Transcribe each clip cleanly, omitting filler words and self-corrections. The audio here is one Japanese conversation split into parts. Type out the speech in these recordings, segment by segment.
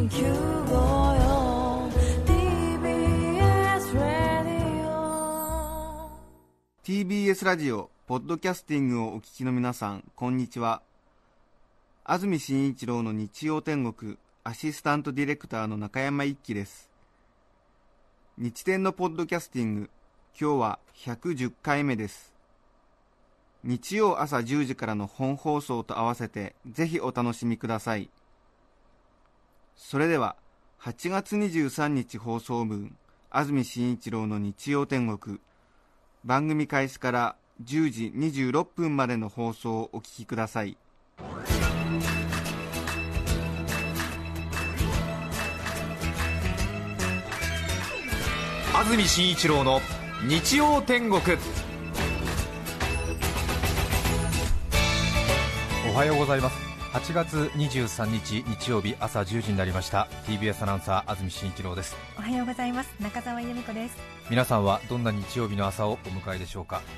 TBS ラジオポッドキャスティングをお聞きの皆さん、こんにちは。安住紳一郎の日曜天国アシスタントディレクターの中山一輝です。日天のポッドキャスティング、今日は110回目です。日曜朝10時からの本放送と合わせてぜひお楽しみください。それでは8月23日放送分、安住紳一郎の日曜天国、番組開始から10時26分までの放送をお聞きください。 安住紳一郎の日曜天国。おはようございます。8月23日日曜日朝10時になりました。 TBS アナウンサー安住紳一郎です。 おはようございます。中澤由美子です。 皆さんはどんな日曜日の朝をお迎えでしょうか。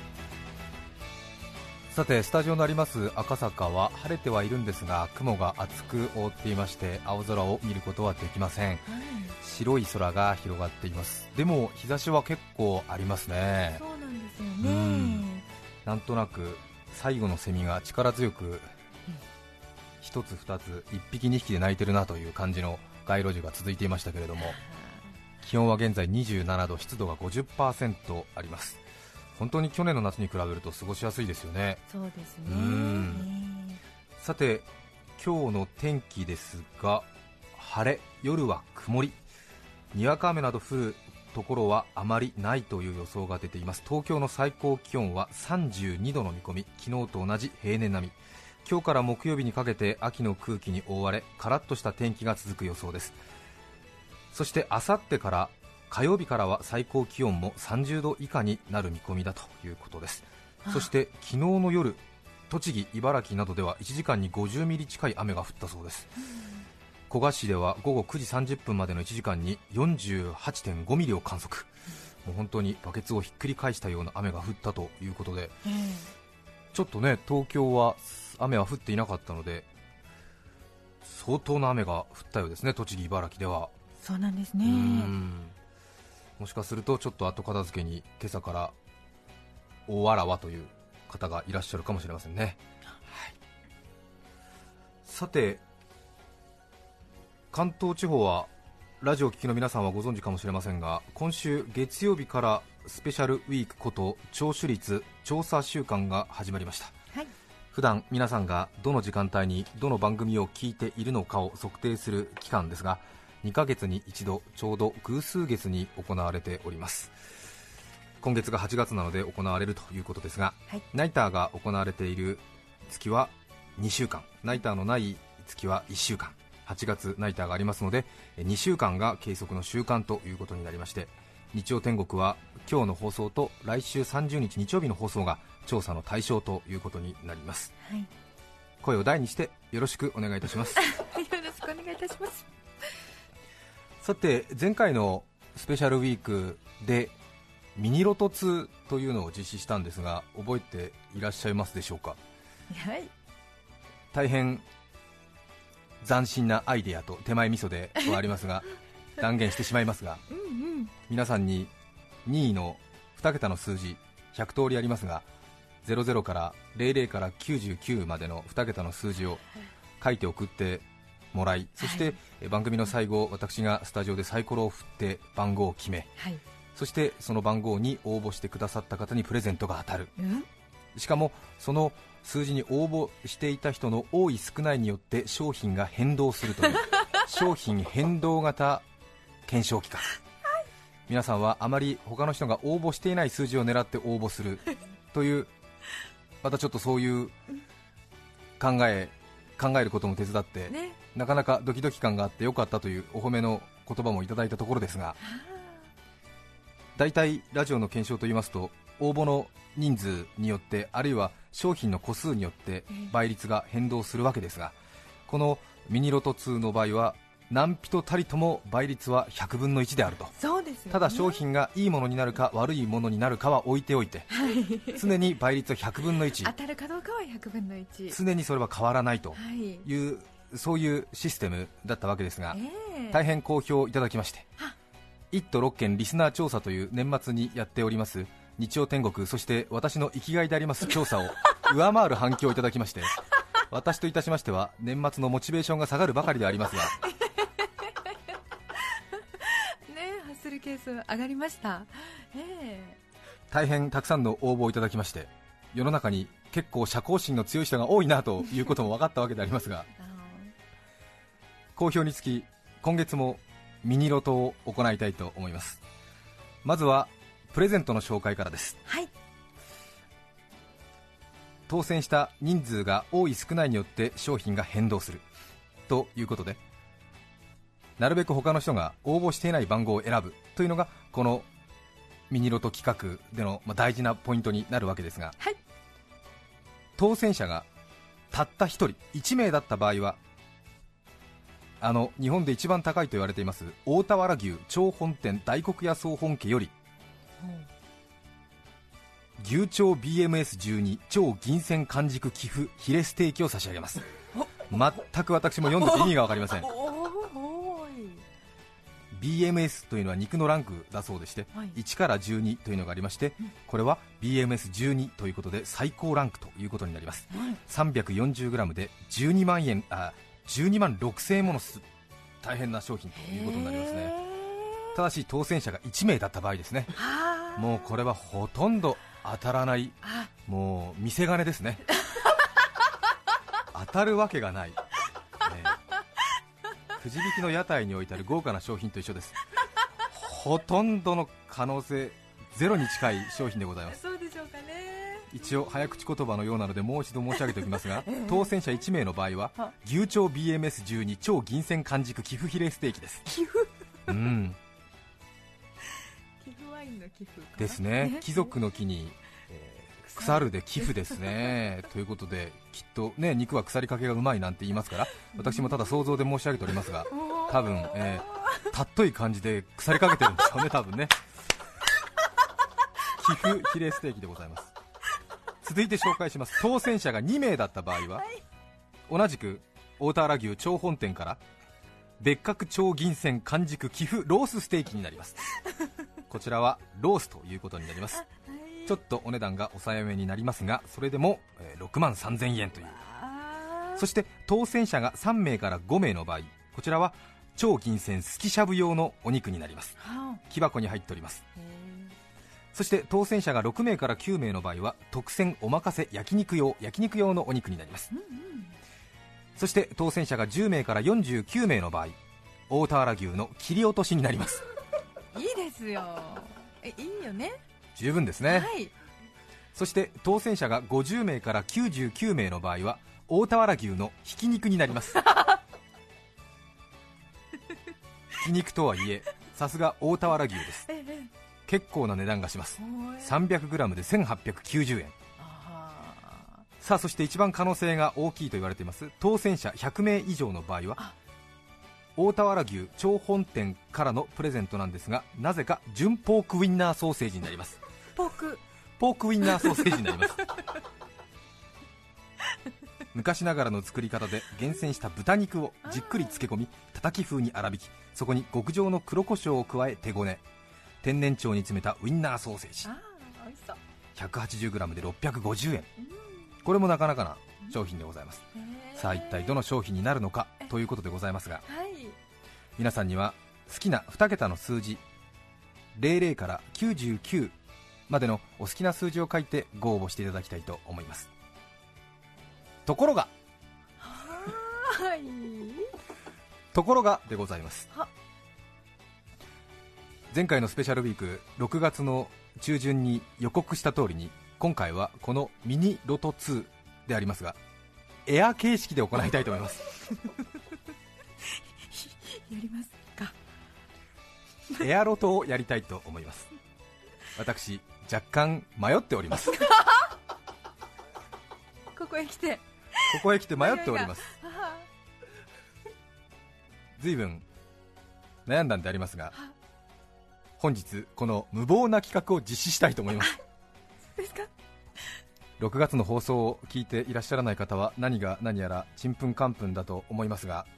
さて、スタジオのあります赤坂は晴れてはいるんですが、雲が厚く覆っていまして青空を見ることはできません。白い空が広がっています。でも日差しは結構ありますね。 そうなんですよね。 なんとなく最後のセミが力強く一つ二つ一匹二匹で鳴いてるなという感じの街路樹が続いていましたけれども、気温は現在27度、湿度が 50% あります。本当に去年の夏に比べると過ごしやすいですよね。 そうですね。 さて、今日の天気ですが、晴れ、夜は曇り、にわか雨など降るところはあまりないという予想が出ています。東京の最高気温は32度の見込み、昨日と同じ平年並み。今日から木曜日にかけて秋の空気に覆われ、カラッとした天気が続く予想です。そしてあさってから火曜日からは最高気温も30度以下になる見込みだということです。そして昨日の夜、栃木、茨城などでは1時間に50ミリ近い雨が降ったそうです。古河市では午後9時30分までの1時間に 48.5 ミリを観測。もう本当にバケツをひっくり返したような雨が降ったということで、ちょっとね、東京は雨は降っていなかったので相当な雨が降ったようですね、栃木、茨城では。 そうなんですね。 もしかするとちょっと後片付けに今朝から大わらわという方がいらっしゃるかもしれませんね。さて、関東地方はラジオを聴きの皆さんはご存知かもしれませんが、今週月曜日からスペシャルウィークこと聴取率調査週間が始まりました。普段皆さんがどの時間帯にどの番組を聞いているのかを測定する期間ですが、2ヶ月に一度、ちょうど偶数月に行われております。今月が8月なので行われるということですが、ナイターが行われている月は2週間、ナイターのない月は1週間、8月ナイターがありますので2週間が計測の週間ということになりまして、日曜天国は今日の放送と来週30日日曜日の放送が調査の対象ということになります。声を大にしてよろしくお願いいたします。 よろしくお願いいたします。 さて、前回のスペシャルウィークでミニロト2というのを実施したんですが、覚えていらっしゃいますでしょうか。大変斬新なアイデアと手前味噌ではありますが断言してしまいますが、皆さんに2位の2桁の数字100通りありますが、00から00から99までの2桁の数字を書いて送ってもらい、そして番組の最後、私がスタジオでサイコロを振って番号を決め、そしてその番号に応募してくださった方にプレゼントが当たる。しかもその数字に応募していた人の多い少ないによって商品が変動するという商品変動型検証企画。皆さんはあまり他の人が応募していない数字を狙って応募するという、またちょっとそういう考えることも手伝って、なかなかドキドキ感があってよかったというお褒めの言葉もいただいたところですが、だいたいラジオの検証といいますと、応募の人数によって、あるいは商品の個数によって倍率が変動するわけですが、このミニロト2の場合は何人たりとも倍率は100分の1であると。 そうですよね。 ただ商品がいいものになるか悪いものになるかは置いておいて、常に倍率は100分の1、 当たるかどうかは100分の1、 常にそれは変わらないというそういうシステムだったわけですが、大変好評いただきまして、1都6県リスナー調査という年末にやっております日曜天国、そして私の生きがいであります調査を上回る反響をいただきまして、私といたしましては年末のモチベーションが下がるばかりでありますがハッスル係数上がりました。 大変たくさんの応募をいただきまして、世の中に結構社交心の強い人が多いなということも分かったわけでありますが好評につき今月もミニロトを行いたいと思います。まずはプレゼントの紹介からです。 はい。 当選した人数が多い少ないによって商品が変動するということで、なるべく他の人が応募していない番号を選ぶというのがこのミニロト企画での大事なポイントになるわけですが、 はい、 当選者がたった1人1名だった場合は、日本で一番高いと言われています大田原牛超本店大黒屋総本家より牛腸 BMS12 超銀線完熟寄付ヒレステーキを差し上げます。全く私も読んでて意味が分かりません。BMS というのは肉のランクだそうでして、はい、1から12というのがありまして、これは BMS12 ということで最高ランクということになります。340g で12万6000円もの大変な商品ということになりますね。ただし当選者が1名だった場合ですね、もうこれはほとんど当たらない、もう見せ金ですね当たるわけがない、くじ引きの屋台に置いてある豪華な商品と一緒です。ほとんどの可能性ゼロに近い商品でございます。 そうでしょうかね。 一応早口言葉のようなのでもう一度申し上げておきますが、当選者1名の場合は牛腸 BMS12 超銀線完熟寄付ヒレステーキです。 寄付寄付ワインの寄付ですね。貴族の木に、腐るで寄付ですねということで、きっとね、肉は腐りかけがうまいなんて言いますから、私もただ想像で申し上げておりますが、多分、たっとい感じで腐りかけてるんでしょうね、多分ね。寄付ヒレステーキでございます。続いて紹介します。当選者が2名だった場合は、同じく大田原牛超本店から別格超銀線完熟寄付ロースステーキになります。こちらはロースということになります。ちょっとお値段が抑えめになりますが、それでも6万3000円という。そして当選者が3名から5名の場合、こちらは超銀線すきしゃぶ用のお肉になります。木箱に入っております。そして当選者が6名から9名の場合は特選おまかせ焼肉用のお肉になります。そして当選者が10名から49名の場合、大田原牛の切り落としになります。 いいですよ。いいよね。 十分ですね、 はい、 そして当選者が50名から99名の場合は大田原牛のひき肉になりますひき肉とはいえさすが大田原牛です。結構な値段がします。 300g で1890円。さあ、そして一番可能性が大きいと言われています当選者100名以上の場合は大田原牛超本店からのプレゼントなんですが、なぜか純ポークウィンナーソーセージになります。 ポークウィンナーソーセージになります昔ながらの作り方で厳選した豚肉をじっくり漬け込み、叩き風に粗引き、そこに極上の黒胡椒を加え手ごね、天然調に詰めたウィンナーソーセージ、180g で650円。これもなかなかな商品でございます。さあ一体どの商品になるのかということでございますが、皆さんには好きな2桁の数字00から99までのお好きな数字を書いてご応募していただきたいと思います。ところがでございます。前回のスペシャルウィーク6月の中旬に予告した通りに、今回はこのミニロト2でありますがエア形式で行いたいと思いますやりますか。 エアロトをやりたいと思います。私若干迷っておりますここへ来て迷っております。随分悩んだんでありますが、本日この無謀な企画を実施したいと思います。 ですか。 6月の放送を聞いていらっしゃらない方は何が何やらちんぷんかんぷんだと思いますが、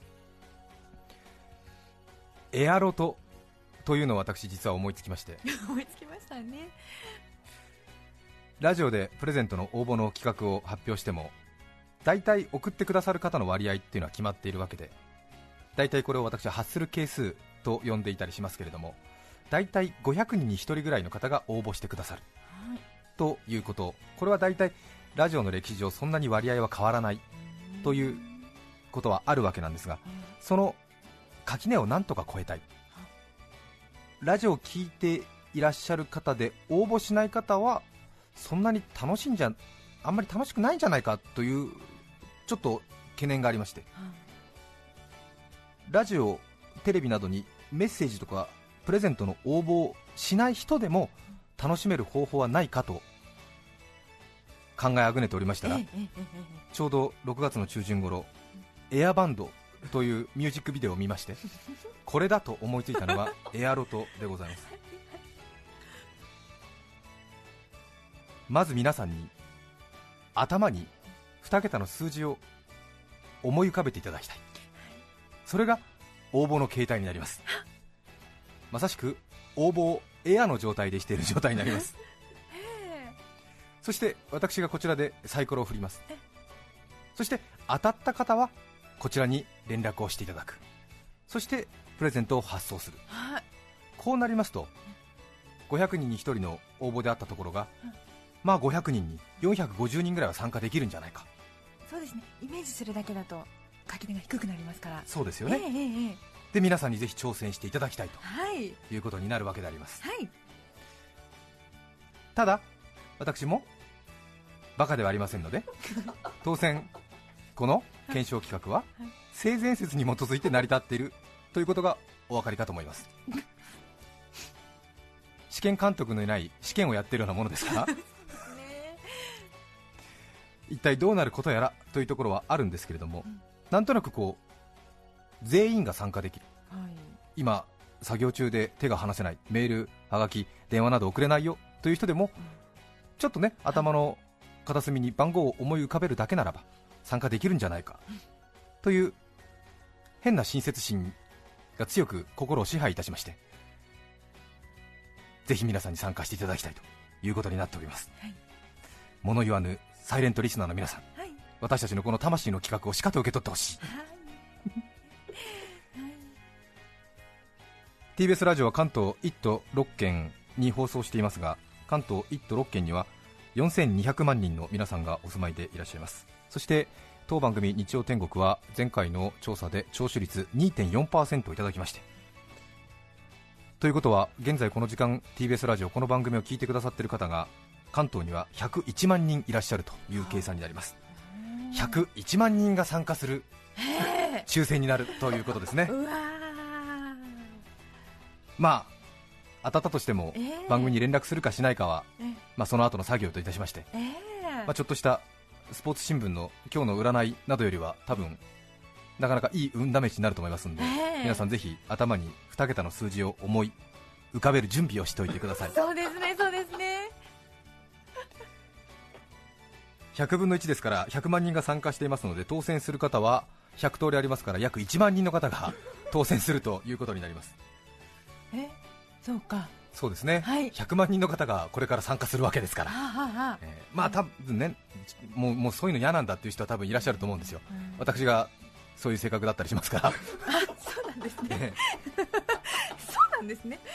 エアロトというのを私実は思いつきまして思いつきましたね。 ラジオでプレゼントの応募の企画を発表しても大体送ってくださる方の割合っていうのは決まっているわけで、大体これを私は発する係数と呼んでいたりしますけれども、大体500人に1人ぐらいの方が応募してくださる、 はい、 ということ、これは大体ラジオの歴史上そんなに割合は変わらないということはあるわけなんですが、その垣根をなんとか超えたい、ラジオを聞いていらっしゃる方で応募しない方はそんなにあんまり楽しくないんじゃないかというちょっと懸念がありまして、ラジオ、テレビなどにメッセージとかプレゼントの応募をしない人でも楽しめる方法はないかと考えあぐねておりましたら、ちょうど6月の中旬頃、エアバンドというミュージックビデオを見まして、これだと思いついたのがエアロトでございます。まず皆さんに頭に2桁の数字を思い浮かべていただきたい。それが応募の形態になります。まさしく応募をエアの状態でしている状態になります。そして私がこちらでサイコロを振ります。そして当たった方はこちらに連絡をしていただく。そしてプレゼントを発送する。こうなりますと500人に1人の応募であったところが、まあ500人に450人ぐらいは参加できるんじゃないか。 そうですね、イメージするだけだと垣根が低くなりますから。 そうですよね、で皆さんにぜひ挑戦していただきたいと、いうことになるわけであります。ただ私もバカではありませんので当然この検証企画は性善説に基づいて成り立っているということがお分かりかと思います。試験監督のいない試験をやっているようなものですから一体どうなることやらというところはあるんですけれども、なんとなくこう全員が参加できる、今作業中で手が離せない、メール、はがき、電話など送れないよという人でも、ちょっとね頭の片隅に番号を思い浮かべるだけならば参加できるんじゃないかという変な親切心が強く心を支配いたしまして、ぜひ皆さんに参加していただきたいということになっております。物言わぬサイレントリスナーの皆さん、私たちのこの魂の企画をしかと受け取ってほしい。TBS ラジオは関東1都6県に放送していますが、関東1都6県には4200万人の皆さんがお住まいでいらっしゃいます。そして当番組日曜天国は前回の調査で聴取率 2.4% いただきまして、ということは現在この時間 TBS ラジオこの番組を聞いてくださっている方が関東には101万人いらっしゃるという計算になります。101万人が参加する抽選になるということですね。まあ当たったとしても番組に連絡するかしないかは、その後の作業といたしまして、ちょっとしたスポーツ新聞の今日の占いなどよりは多分なかなかいい運試しになると思いますので、皆さんぜひ頭に2桁の数字を思い浮かべる準備をしておいてください。 そうですね、そうですね。 100分の1ですから100万人が参加していますので、当選する方は100通りありますから約1万人の方が当選するということになります。 そうか。 そうですね、100万人の方がこれから参加するわけですから、多分ね、もうそういうの嫌なんだっていう人は多分いらっしゃると思うんですよ、私がそういう性格だったりしますから。 そうなんですね。そうなんですね。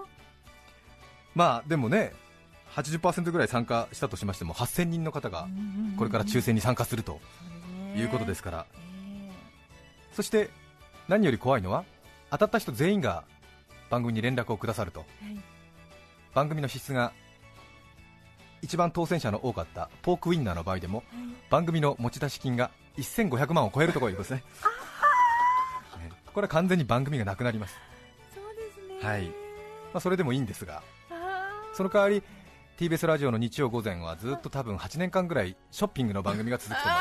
でもね、80% ぐらい参加したとしましても8000人の方がこれから抽選に参加するということですから、そして何より怖いのは当たった人全員が番組に連絡をくださると、番組の質が一番当選者の多かったポークウインナーの場合でも、番組の持ち出し金が1500万を超えるところですね。これは完全に番組がなくなります。 そうですね、 それでもいいんですが、その代わり TBS ラジオの日曜午前はずっと多分8年間ぐらいショッピングの番組が続くと思います。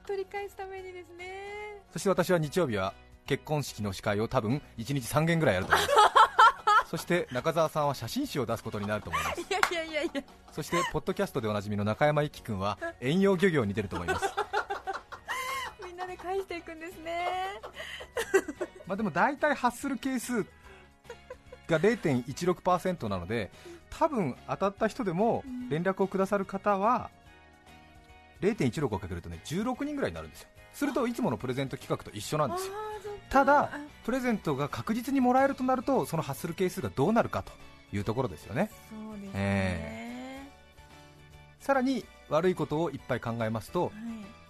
取り返すためにですね。 そして私は日曜日は結婚式の司会を多分1日3件ぐらいやると思います。 そして中澤さんは写真集を出すことになると思います。 いやいや、 そしてポッドキャストでおなじみの中山一輝くんは遠洋漁業に出ると思います。 みんなで返していくんですね。 でも大体発する係数が 0.16% なので、多分当たった人でも連絡をくださる方は 0.16 をかけるとね16人ぐらいになるんですよ。するといつものプレゼント企画と一緒なんですよ。ただプレゼントが確実にもらえるとなると、その発する係数がどうなるかというところですよね。 そうですね、 さらに悪いことをいっぱい考えますと、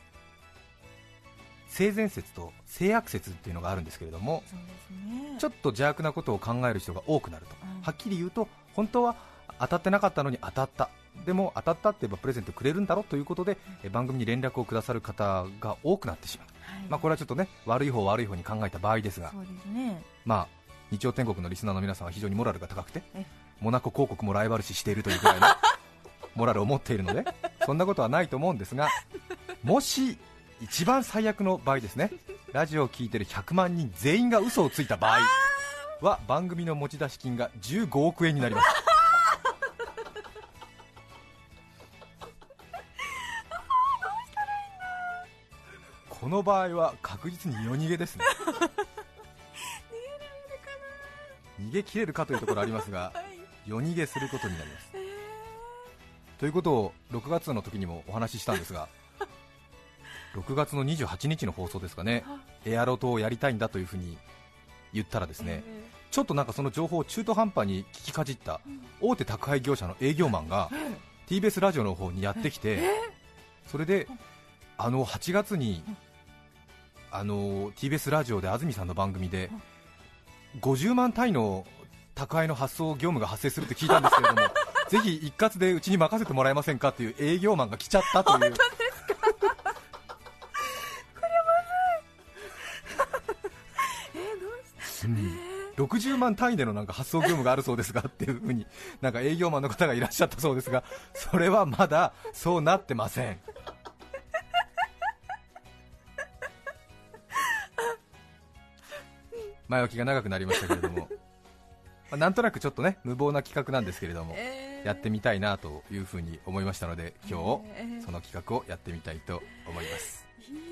性善説と性悪説っていうのがあるんですけれども、 そうですね、 ちょっと邪悪なことを考える人が多くなると、はっきり言うと本当は当たってなかったのに当たった、でも当たったって言えばプレゼントくれるんだろうということで番組に連絡をくださる方が多くなってしまう、これはちょっとね悪い方に考えた場合ですが、 そうですね、 日曜天国のリスナーの皆さんは非常にモラルが高くて、モナコ広告もライバル視しているというくらいのモラルを持っているのでそんなことはないと思うんですが、もし一番最悪の場合ですね、ラジオを聞いてる100万人全員が嘘をついた場合は番組の持ち出し金が15億円になります。この場合は確実に夜逃げですね。逃げ切れるかというところありますが、夜逃げすることになります、ということを6月の時にもお話ししたんですが、6月の28日の放送ですかね、エアロトをやりたいんだというふうに言ったらですね、ちょっとなんかその情報を中途半端に聞きかじった大手宅配業者の営業マンが TBS ラジオの方にやってきて、それで8月にTBS ラジオで安住さんの番組で50万単位の宅配の発送業務が発生するって聞いたんですけれどもぜひ一括でうちに任せてもらえませんかという営業マンが来ちゃったという。60万単位でのなんか発送業務があるそうですがっていう風になんか営業マンの方がいらっしゃったそうですが、それはまだそうなってません。前置きが長くなりましたけれども、なんとなくちょっとね無謀な企画なんですけれども、やってみたいなというふうに思いましたので、今日その企画をやってみたいと思います。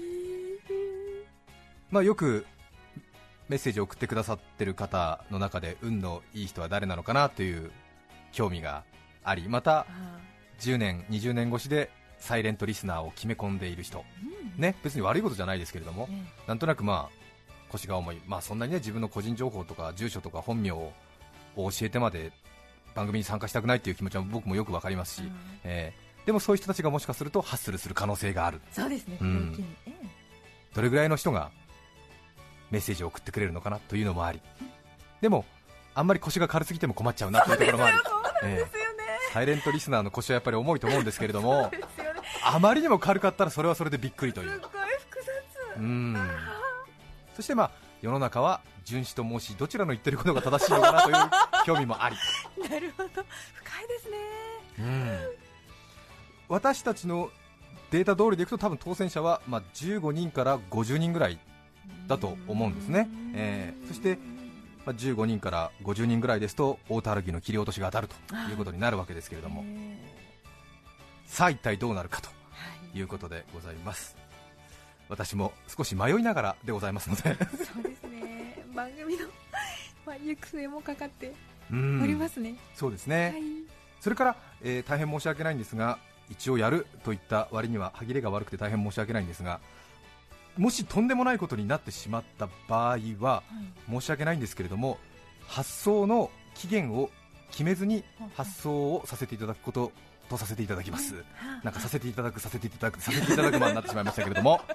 よくメッセージを送ってくださってる方の中で運のいい人は誰なのかなという興味があり、また10年20年越しでサイレントリスナーを決め込んでいる人、別に悪いことじゃないですけれども、なんとなく腰が重い、そんなにね自分の個人情報とか住所とか本名を教えてまで番組に参加したくないという気持ちは僕もよくわかりますし、でもそういう人たちがもしかするとハッスルする可能性がある。 そうですね、 どれぐらいの人がメッセージを送ってくれるのかなというのもあり、でもあんまり腰が軽すぎても困っちゃうなというところもあり、サイレントリスナーの腰はやっぱり重いと思うんですけれども、あまりにも軽かったらそれはそれでびっくりという。 すごい複雑。 そして世の中は順子と申しどちらの言ってることが正しいのかなという興味もありなるほど、深いですね。 私たちのデータ通りでいくと多分当選者は15人から50人ぐらいだと思うんですね。そして15人から50人ぐらいですと大田原の切り落としが当たるということになるわけですけれども、さあ一体どうなるかということでございます。私も少し迷いながらでございますのでそうですね、番組の行く末もかかっておりますね。 そうですね、それから、大変申し訳ないんですが、一応やるといった割には歯切れが悪くて大変申し訳ないんですが、もしとんでもないことになってしまった場合は、申し訳ないんですけれども、発送の期限を決めずに発送をさせていただくこととさせていただきます。なんかさせていただく間になってしまいましたけれども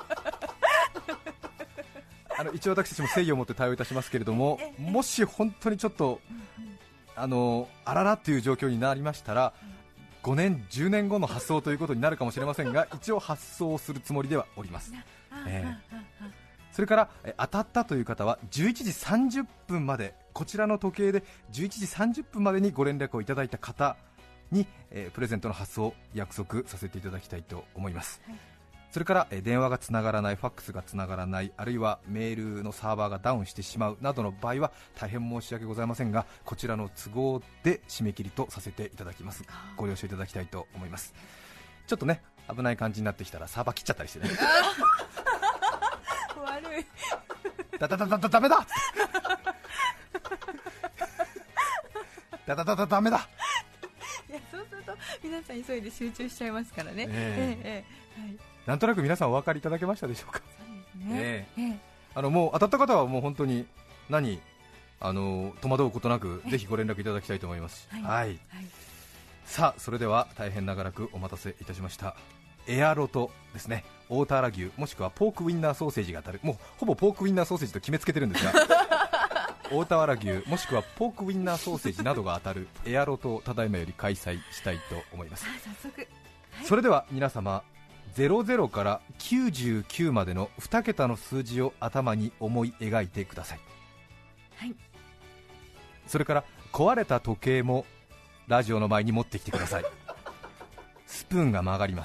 一応私たちも誠意を持って対応いたしますけれども、もし本当にちょっとあららという状況になりましたら、5年10年後の発送ということになるかもしれませんが、一応発送するつもりではおります。それから当たったという方は11時30分まで、こちらの時計で11時30分までにご連絡をいただいた方に、プレゼントの発送を約束させていただきたいと思います。 それから電話がつながらない、ファックスがつながらない、あるいはメールのサーバーがダウンしてしまうなどの場合は大変申し訳ございませんが、こちらの都合で締め切りとさせていただきます。ご了承いただきたいと思います。ちょっとね危ない感じになってきたらサーバー切っちゃったりしてね悪いダメだダメだいや、そうすると皆さん急いで集中しちゃいますからね。 はい、なんとなく皆さんお分かりいただけましたでしょうか。 そうですね。 もう当たった方はもう本当に戸惑うことなくぜひご連絡いただきたいと思います。はいさあ、それでは大変長らくお待たせいたしました。エアロトですね、大田原牛もしくはポークウインナーソーセージが当たる、もうほぼポークウインナーソーセージと決めつけてるんですが大田原牛もしくはポークウインナーソーセージなどが当たるエアロトをただいまより開催したいと思います。 早速、 それでは皆様、00から99までの2桁の数字を頭に思い描いてください。それから壊れた時計もラジオの前に持ってきてください。スプーンが曲がります。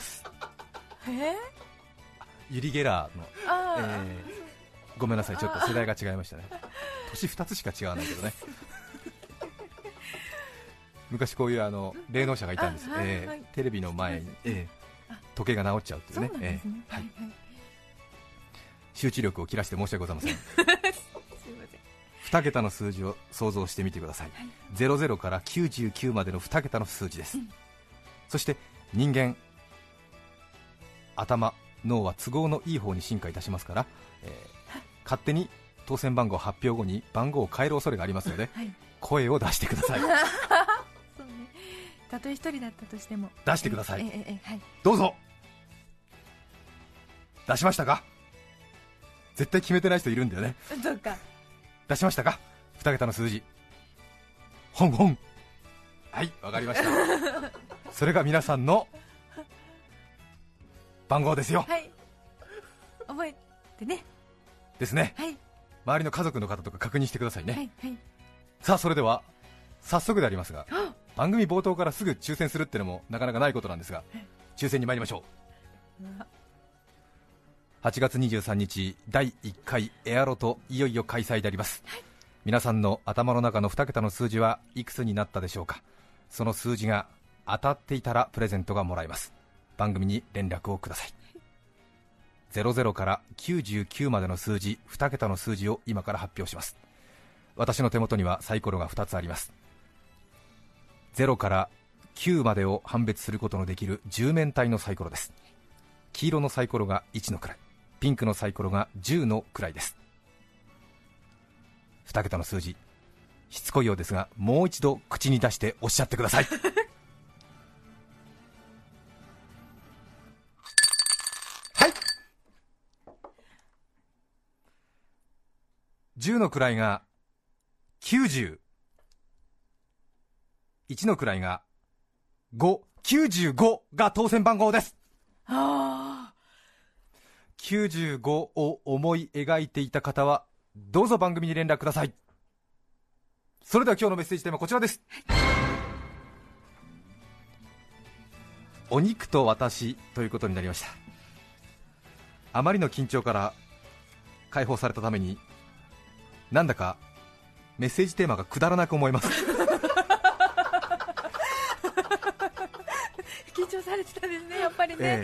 ユリ・ゲラーの、ごめんなさい、ちょっと世代が違いましたね。年2つしか違わないけどね昔こういう霊能者がいたんです。テレビの前に、時計が直っちゃうっていうね。集中力を切らして申し訳ございません2桁の数字を想像してみてください。00から99までの2桁の数字です。そして人間、頭、脳は都合のいい方に進化いたしますから、勝手に当選番号発表後に番号を変える恐れがありますので、声を出してください。 そうね、たとえ一人だったとしても出してください。どうぞ。出しましたか。絶対決めてない人いるんだよね。 そうか。 出しましたか。2桁の数字、ホンホン。はい、わかりましたそれが皆さんの番号ですよ。 はい、覚えてね。 ですね。周りの家族の方とか確認してくださいね。さあ、それでは早速でありますが、番組冒頭からすぐ抽選するってのもなかなかないことなんですが、抽選に参りましょう。8月23日第1回エアロト、いよいよ開催であります。皆さんの頭の中の2桁の数字はいくつになったでしょうか。その数字が当たっていたらプレゼントがもらえます。番組に連絡をください。00から99までの数字、2桁の数字を今から発表します。私の手元にはサイコロが2つあります。0から9までを判別することのできる10面体のサイコロです。黄色のサイコロが1の位、ピンクのサイコロが10の位です。2桁の数字、しつこいようですがもう一度口に出しておっしゃってくださいはい、10の位が90、1の位が5、95が当選番号です。95を思い描いていた方はどうぞ番組に連絡ください。それでは今日のメッセージテーマはこちらです。お肉と私ということになりました。あまりの緊張から解放されたためになんだかメッセージテーマがくだらなく思います緊張されてたんですね、やっぱりね。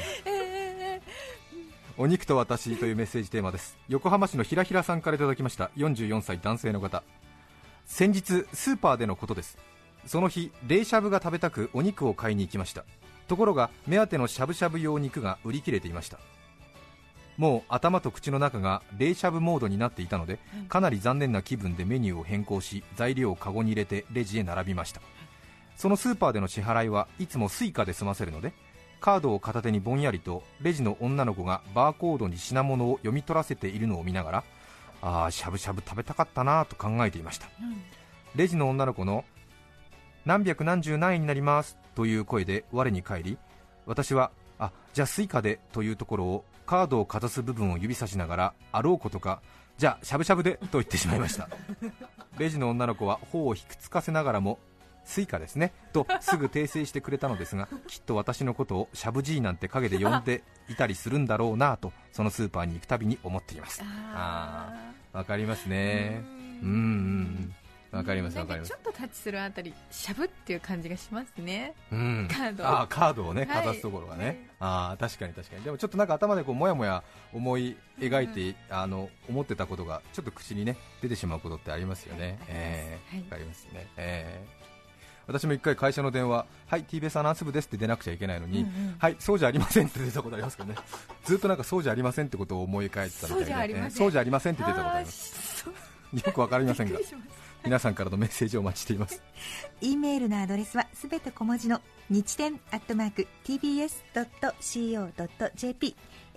お肉と私というメッセージテーマです。横浜市のひらひらさんからいただきました。44歳男性の方。先日スーパーでのことです。その日冷しゃぶが食べたくお肉を買いに行きました。ところが目当てのしゃぶしゃぶ用肉が売り切れていました。もう頭と口の中が冷しゃぶモードになっていたので、かなり残念な気分でメニューを変更し材料をカゴに入れてレジへ並びました。そのスーパーでの支払いはいつもスイカで済ませるので、カードを片手にぼんやりとレジの女の子がバーコードに品物を読み取らせているのを見ながら、しゃぶしゃぶ食べたかったなと考えていました。レジの女の子の何百何十何円になりますという声で我に返り、私はじゃあスイカでというところをカードをかざす部分を指さしながら、あろうことかじゃあしゃぶしゃぶでと言ってしまいました。レジの女の子は頬をひくつかせながらもスイカですねとすぐ訂正してくれたのですが、きっと私のことをシャブじいなんて陰で呼んでいたりするんだろうなと、そのスーパーに行くたびに思っています。わかりますね。わかります。わかります。 ちょっとタッチするあたりシャブっていう感じがしますね。 カードをね、かざすところがね、確かに確かに。でもちょっとなんか頭でこうもやもや思い描いて、思ってたことがちょっと口にね出てしまうことってありますよね。わかりますね。私も一回会社の電話、はい TBS アナウンス部ですって出なくちゃいけないのに、はいそうじゃありませんって出たことありますけどね。ずっとなんかそうじゃありませんってことを思い返ってたみたいで、そうじゃありませんって出たことあります。よくわかりませんが皆さんからのメッセージをお待ちしています。 E メールのアドレスはすべて小文字の日天@tbs.co.jp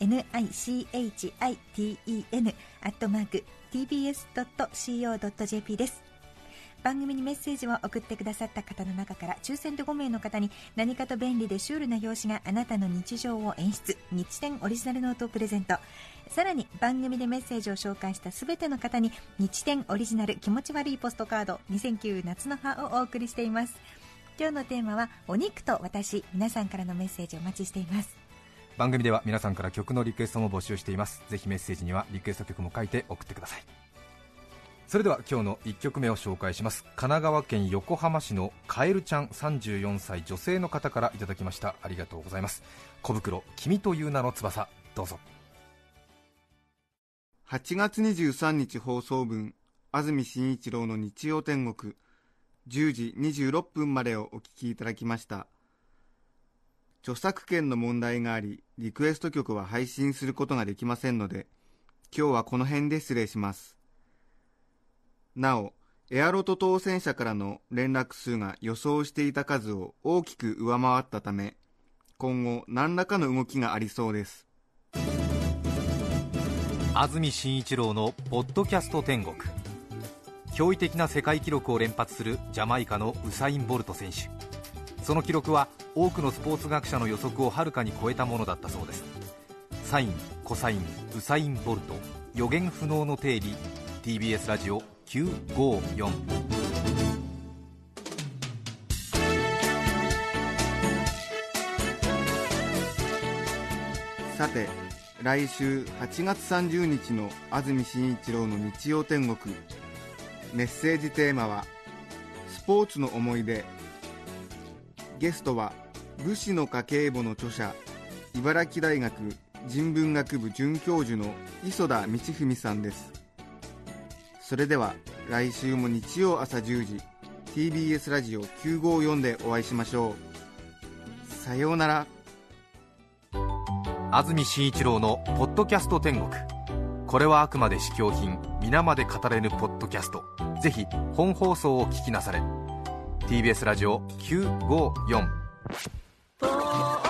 nichiten@tbs.co.jp です。番組にメッセージを送ってくださった方の中から抽選で5名の方に何かと便利でシュールな表紙があなたの日常を演出、日天オリジナルノートをプレゼント。さらに番組でメッセージを紹介したすべての方に日天オリジナル気持ち悪いポストカード2009夏の葉をお送りしています。今日のテーマはお肉と私。皆さんからのメッセージをお待ちしています。 番組では皆さんから曲のリクエストも募集しています。ぜひメッセージにはリクエスト曲も書いて送ってください。それでは今日の1曲目を紹介します。神奈川県横浜市のカエルちゃん34歳女性の方からいただきました。ありがとうございます。小袋君という名の翼、どうぞ。 8月23日放送分、安住紳一郎の日曜天国、10時26分までをお聞きいただきました。著作権の問題があり、リクエスト曲は配信することができませんので、今日はこの辺で失礼します。なお、エアロト当選者からの連絡数が予想していた数を大きく上回ったため、今後何らかの動きがありそうです。 安住紳一郎のポッドキャスト天国。驚異的な世界記録を連発するジャマイカのウサイン・ボルト選手。その記録は多くのスポーツ学者の予測をはるかに超えたものだったそうです。サイン、コサイン、ウサイン・ボルト、予言不能の定理。 TBS ラジオ954。 さて、来週8月30日の安住紳一郎の日曜天国、メッセージテーマはスポーツの思い出。ゲストは武士の家計簿の著者、茨城大学人文学部准教授の磯田道文さんです。それでは来週も日曜朝10時 TBS ラジオ954でお会いしましょう。さようなら。 安住紳一郎のポッドキャスト天国。これはあくまで試供品、皆まで語れぬポッドキャスト。ぜひ本放送を聞きなされ。 TBS ラジオ954。